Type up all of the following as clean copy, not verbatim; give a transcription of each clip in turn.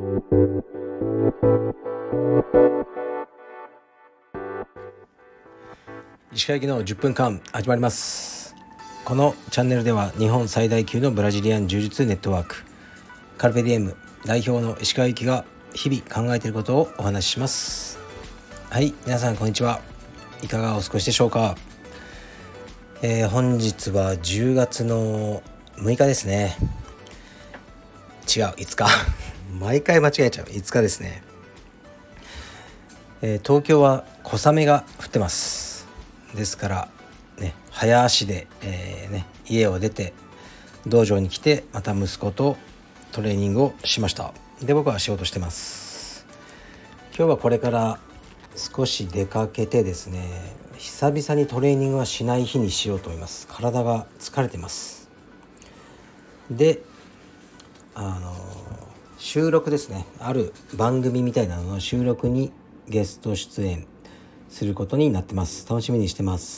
石川行きの10分間始まります。このチャンネルでは日本最大級のブラジリアン柔術ネットワークカルペディエム代表の石川行きが日々考えていることをお話しします。はい、皆さんこんにちは。いかがお過ごしでしょうか。本日は10月の6日ですね。違う、5日毎回間違えちゃう。5日ですね。東京は小雨が降ってます。ですからね、早足で、家を出て道場に来て、また息子とトレーニングをしました。で、僕は仕事してます。今日はこれから少し出かけてですね、久々にトレーニングはしない日にしようと思います。体が疲れてます。で、収録ですね、ある番組みたいなのの収録にゲスト出演することになってます。楽しみにしてます。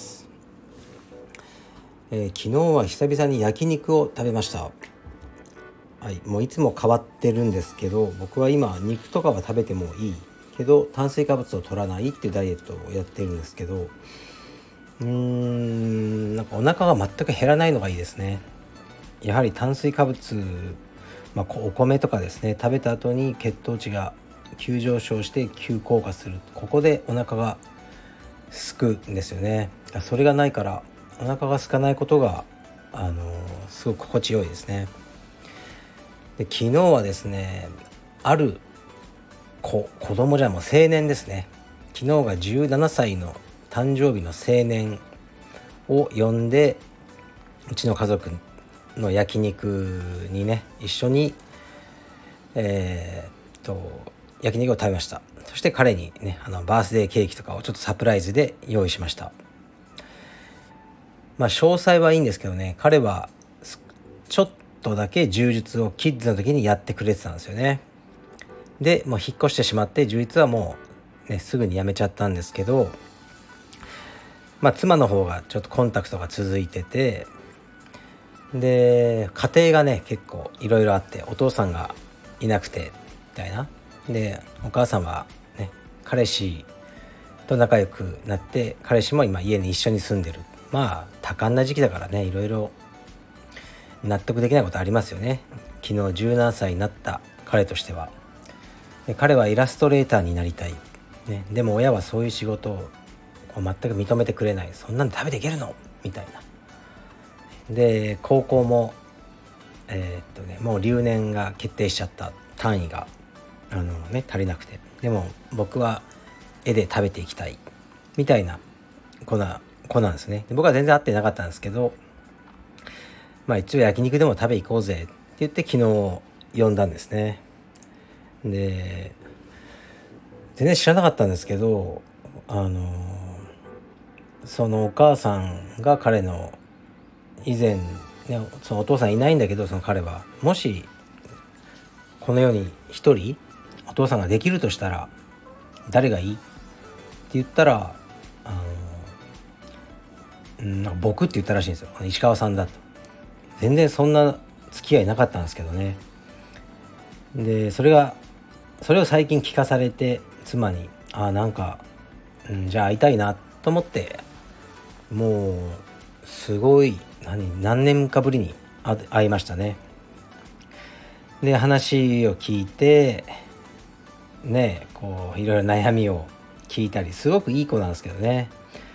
昨日は久々に焼肉を食べました。はい、もういつも変わってるんですけど、僕は今肉とかは食べてもいいけど炭水化物を取らないっていうダイエットをやってるんですけど、なんかお腹が全く減らないのがいいですね。やはり炭水化物、お米とかですね、食べた後に血糖値が急上昇して急降下する。ここでお腹が空くんですよね。それがないからお腹が空かないことがすごく心地よいですね。で、昨日はですね、ある子供じゃもう青年ですね。昨日が17歳の誕生日の青年を呼んで、うちの家族の焼肉にね一緒に焼肉を食べました。そして彼にねバースデーケーキとかをちょっとサプライズで用意しました。詳細はいいんですけどね、彼はちょっとだけ柔術をキッズの時にやってくれてたんですよね。でもう引っ越してしまって柔術はもうねすぐにやめちゃったんですけど、妻の方がちょっとコンタクトが続いてて、で家庭がね結構いろいろあって、お父さんがいなくてみたいなで、お母さんはね彼氏と仲良くなって、彼氏も今家に一緒に住んでる。多感な時期だからね、いろいろ納得できないことありますよね。昨日17歳になった彼としては。で、彼はイラストレーターになりたい、ね、でも親はそういう仕事を全く認めてくれない。そんなの食べていけるのみたいな。で、高校ももう留年が決定しちゃった。単位が足りなくて、でも僕は絵で食べていきたいみたいな子なんですね。で、僕は全然会ってなかったんですけど、一応焼肉でも食べ行こうぜって言って昨日呼んだんですね。で、全然知らなかったんですけど、そのお母さんが彼の以前ね、そのお父さんいないんだけど、その彼はもしこの世に一人お父さんができるとしたら誰がいいって言ったら、僕って言ったらしいんですよ。石川さんだと。全然そんな付き合いなかったんですけどね。で、それを最近聞かされて、妻にじゃあ会いたいなと思って、もうすごい何年かぶりに会いましたね。で、話を聞いてね、こういろいろ悩みを聞いたり、すごくいい子なんですけどね、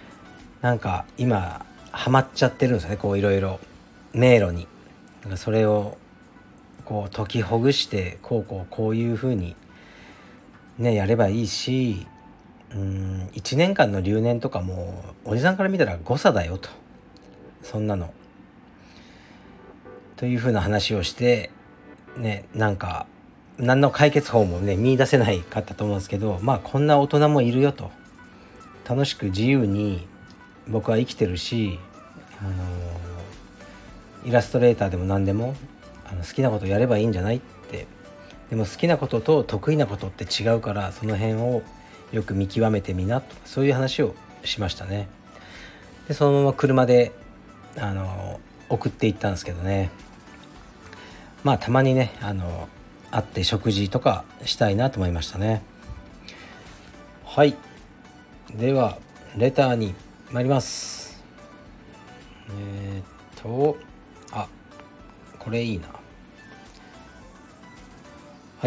今ハマっちゃってるんですよね。こういろいろ迷路に。それをこう解きほぐして、こういう風にねやればいいし、1年間の留年とかもおじさんから見たら誤差だよと、そんなのという風な話をしてね、何の解決法もね見出せないかったと思うんですけど、こんな大人もいるよと。楽しく自由に僕は生きてるし、イラストレーターでも何でも好きなことやればいいんじゃないって。でも好きなことと得意なことって違うから、その辺をよく見極めてみなと、そういう話をしましたね。で、そのまま車で送っていったんですけどね、たまにね会って食事とかしたいなと思いましたね。はい、ではレターに参ります。あ、これいいな。はい、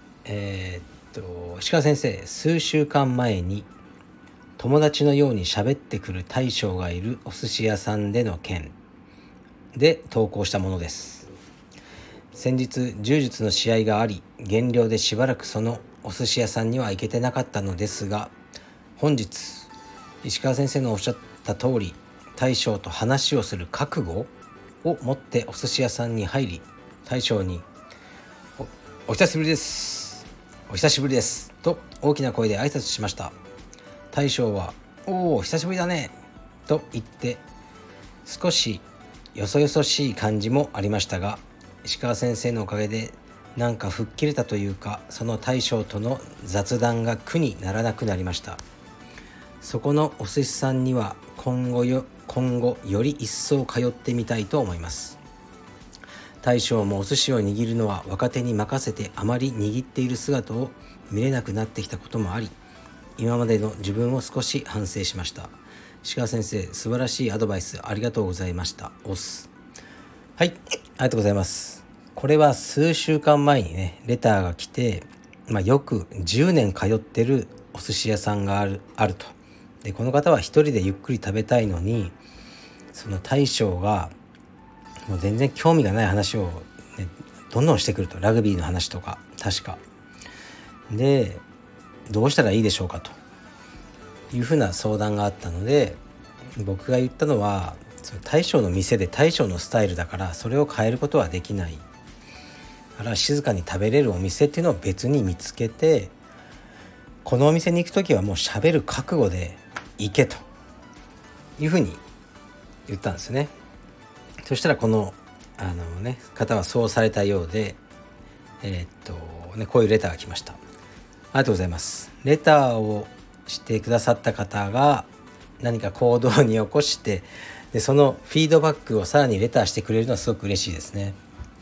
石川先生、数週間前に友達のように喋ってくる大将がいるお寿司屋さんでの件で投稿したものです。先日柔術の試合があり、減量でしばらくそのお寿司屋さんには行けてなかったのですが、本日石川先生のおっしゃった通り、大将と話をする覚悟を持ってお寿司屋さんに入り、大将にお久しぶりですお久しぶりですと大きな声で挨拶しました。大将はおお久しぶりだねと言って、少しよそよそしい感じもありましたが、石川先生のおかげでなんか吹っ切れたというか、その大将との雑談が苦にならなくなりました。そこのお寿司さんには今後より一層通ってみたいと思います。大将もお寿司を握るのは若手に任せて、あまり握っている姿を見れなくなってきたこともあり、今までの自分を少し反省しました。石川先生、素晴らしいアドバイスありがとうございました。はい、ありがとうございます。これは数週間前にねレターが来て、よく10年通ってるお寿司屋さんがあると。でこの方は一人でゆっくり食べたいのに、その大将がもう全然興味がない話を、ね、どんどんしてくると。ラグビーの話とか確かで、どうしたらいいでしょうかというふうな相談があったので、僕が言ったのは、その大将の店で大将のスタイルだから、それを変えることはできないから、静かに食べれるお店っていうのを別に見つけて、このお店に行くときはもう喋る覚悟で行けというふうに言ったんですね。そしたらこの方はそうされたようで、こういうレターが来ました。ありがとうございます。レターをしてくださった方が何か行動に起こして、でそのフィードバックをさらにレターしてくれるのはすごく嬉しいですね。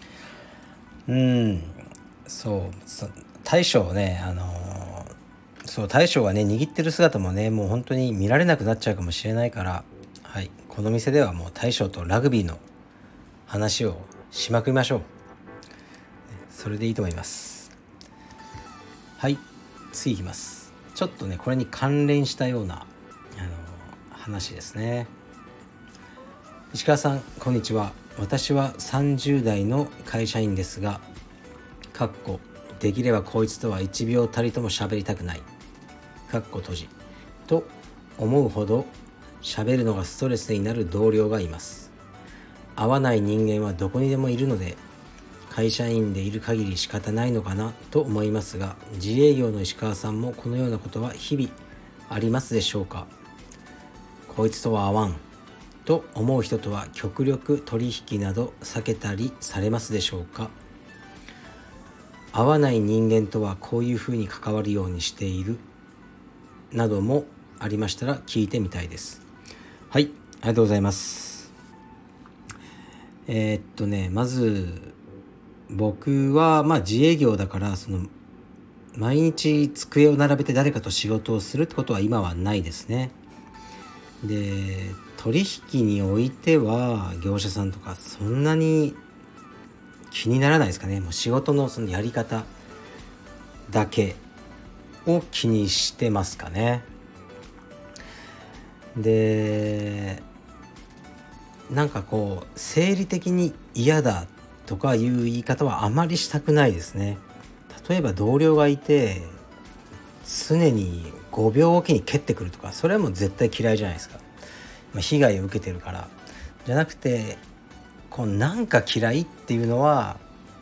大将ね、大将がね握ってる姿もね、もう本当に見られなくなっちゃうかもしれないから、はい、この店ではもう大将とラグビーの話をしまくりましょう。それでいいと思います。はい、次いきます。ちょっとねこれに関連したような話ですね。石川さん、こんにちは。私は30代の会社員ですが、できればこいつとは1秒たりとも喋りたくないと思うほど喋るのがストレスになる同僚がいます。合わない人間はどこにでもいるので、会社員でいる限り仕方ないのかなと思いますが、自営業の石川さんもこのようなことは日々ありますでしょうか。こいつとは合わんと思う人とは極力取引など避けたりされますでしょうか。合わない人間とはこういうふうに関わるようにしているなどもありましたら聞いてみたいです。はい、ありがとうございます。まず僕は自営業だから、毎日机を並べて誰かと仕事をするってことは今はないですね。で取引においては業者さんとかそんなに気にならないですかね。もう仕事のそのやり方だけを気にしてますかね。でなんかこう生理的に嫌だとかいう言い方はあまりしたくないですね。例えば同僚がいて常に5秒おきに蹴ってくるとか、それはもう絶対嫌いじゃないですか。被害を受けてるから。じゃなくて、なんか嫌いっていうのは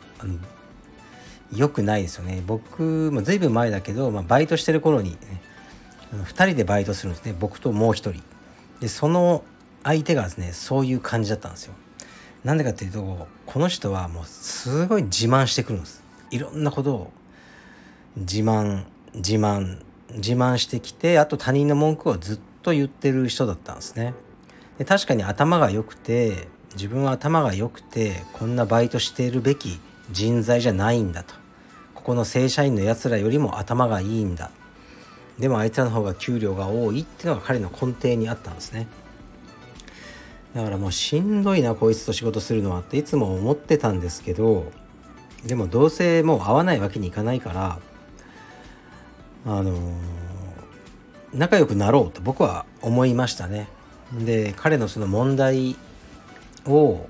良くないですよね。僕もずいぶん前だけど、バイトしてる頃に、ね、2人でバイトするんですね。僕ともう一人で、その相手がですねそういう感じだったんですよ。なんでかっていうと、この人はもうすごい自慢してくるんです。いろんなことを自慢してきて、あと他人の文句をずっと言ってる人だったんですね。で確かに頭が良くて、自分は頭が良くてこんなバイトしているべき人材じゃないんだと。 この正社員のやつらよりも頭がいいんだ、でもあいつらの方が給料が多いっていうのが彼の根底にあったんですね。だからもうしんどいなこいつと仕事するのはっていつも思ってたんですけど、でもどうせもう会わないわけにいかないから仲良くなろうと僕は思いましたね。で彼のその問題を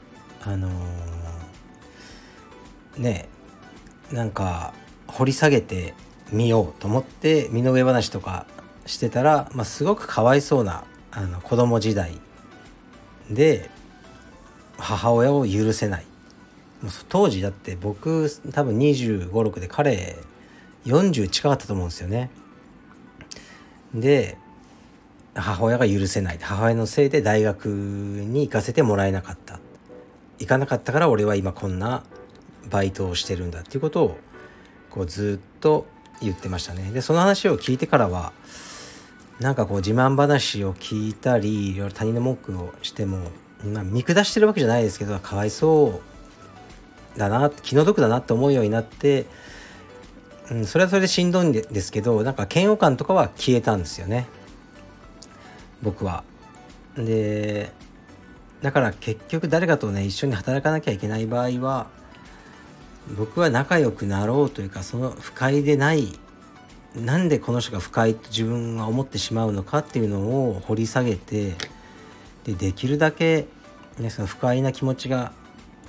なんか掘り下げてみようと思って身の上話とかしてたら、すごくかわいそうな子供時代で母親を許せない。もう当時だって僕多分25、6で彼40近かったと思うんですよね。で母親が許せない、母親のせいで大学に行かせてもらえなかった、行かなかったから俺は今こんなバイトをしてるんだっていうことをこうずっと言ってましたね。でその話を聞いてからはなんかこう自慢話を聞いたりいろいろ他人の文句をしても、見下してるわけじゃないですけどかわいそうだな、気の毒だなって思うようになって、それはそれでしんどいんですけど、なんか嫌悪感とかは消えたんですよね僕は。でだから結局誰かとね一緒に働かなきゃいけない場合は僕は仲良くなろうというか、その不快でない、なんでこの人が不快と自分は思ってしまうのかっていうのを掘り下げて、できるだけ、その不快な気持ちが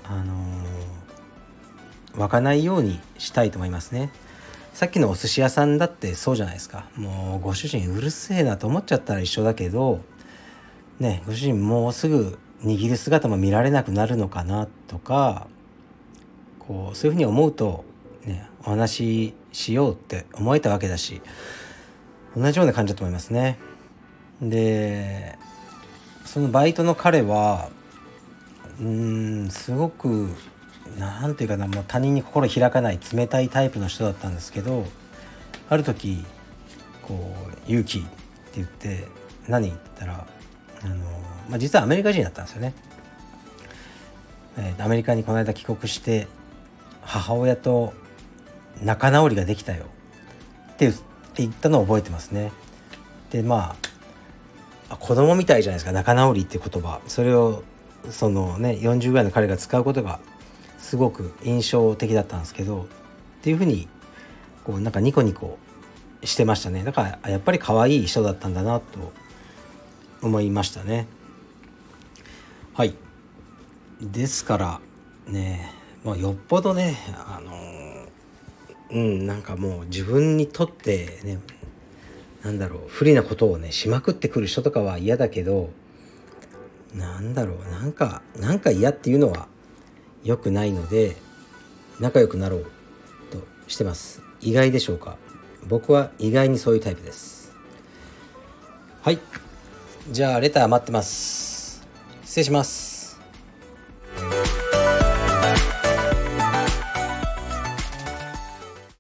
湧かないようにしたいと思いますね。さっきのお寿司屋さんだってそうじゃないですか。もうご主人うるせえなと思っちゃったら一緒だけどね、ご主人もうすぐ握る姿も見られなくなるのかなとか、こうそういうふうに思うとね、お話ししようって思えたわけだし、同じような感じだと思いますね。でそのバイトの彼はすごくなんていうかな、もう他人に心開かない冷たいタイプの人だったんですけど、ある時こう勇気って言って何って言ったら実はアメリカ人だったんですよね。アメリカにこの間帰国して母親と仲直りができたよって言ったのを覚えてますね。で子供みたいじゃないですか、仲直りって言葉。それをそのね40ぐらいの彼が使うことがすごく印象的だったんですけど、っていうふうにこうなんかニコニコしてましたね。だからやっぱり可愛い人だったんだなと思いましたね。はい。ですからね、よっぽどねなんかもう自分にとってね不利なことをねしまくってくる人とかは嫌だけど、なんか嫌っていうのは良くないので仲良くなろうとしてます。意外でしょうか？僕は意外にそういうタイプです。はい、じゃあレター待ってます。失礼します。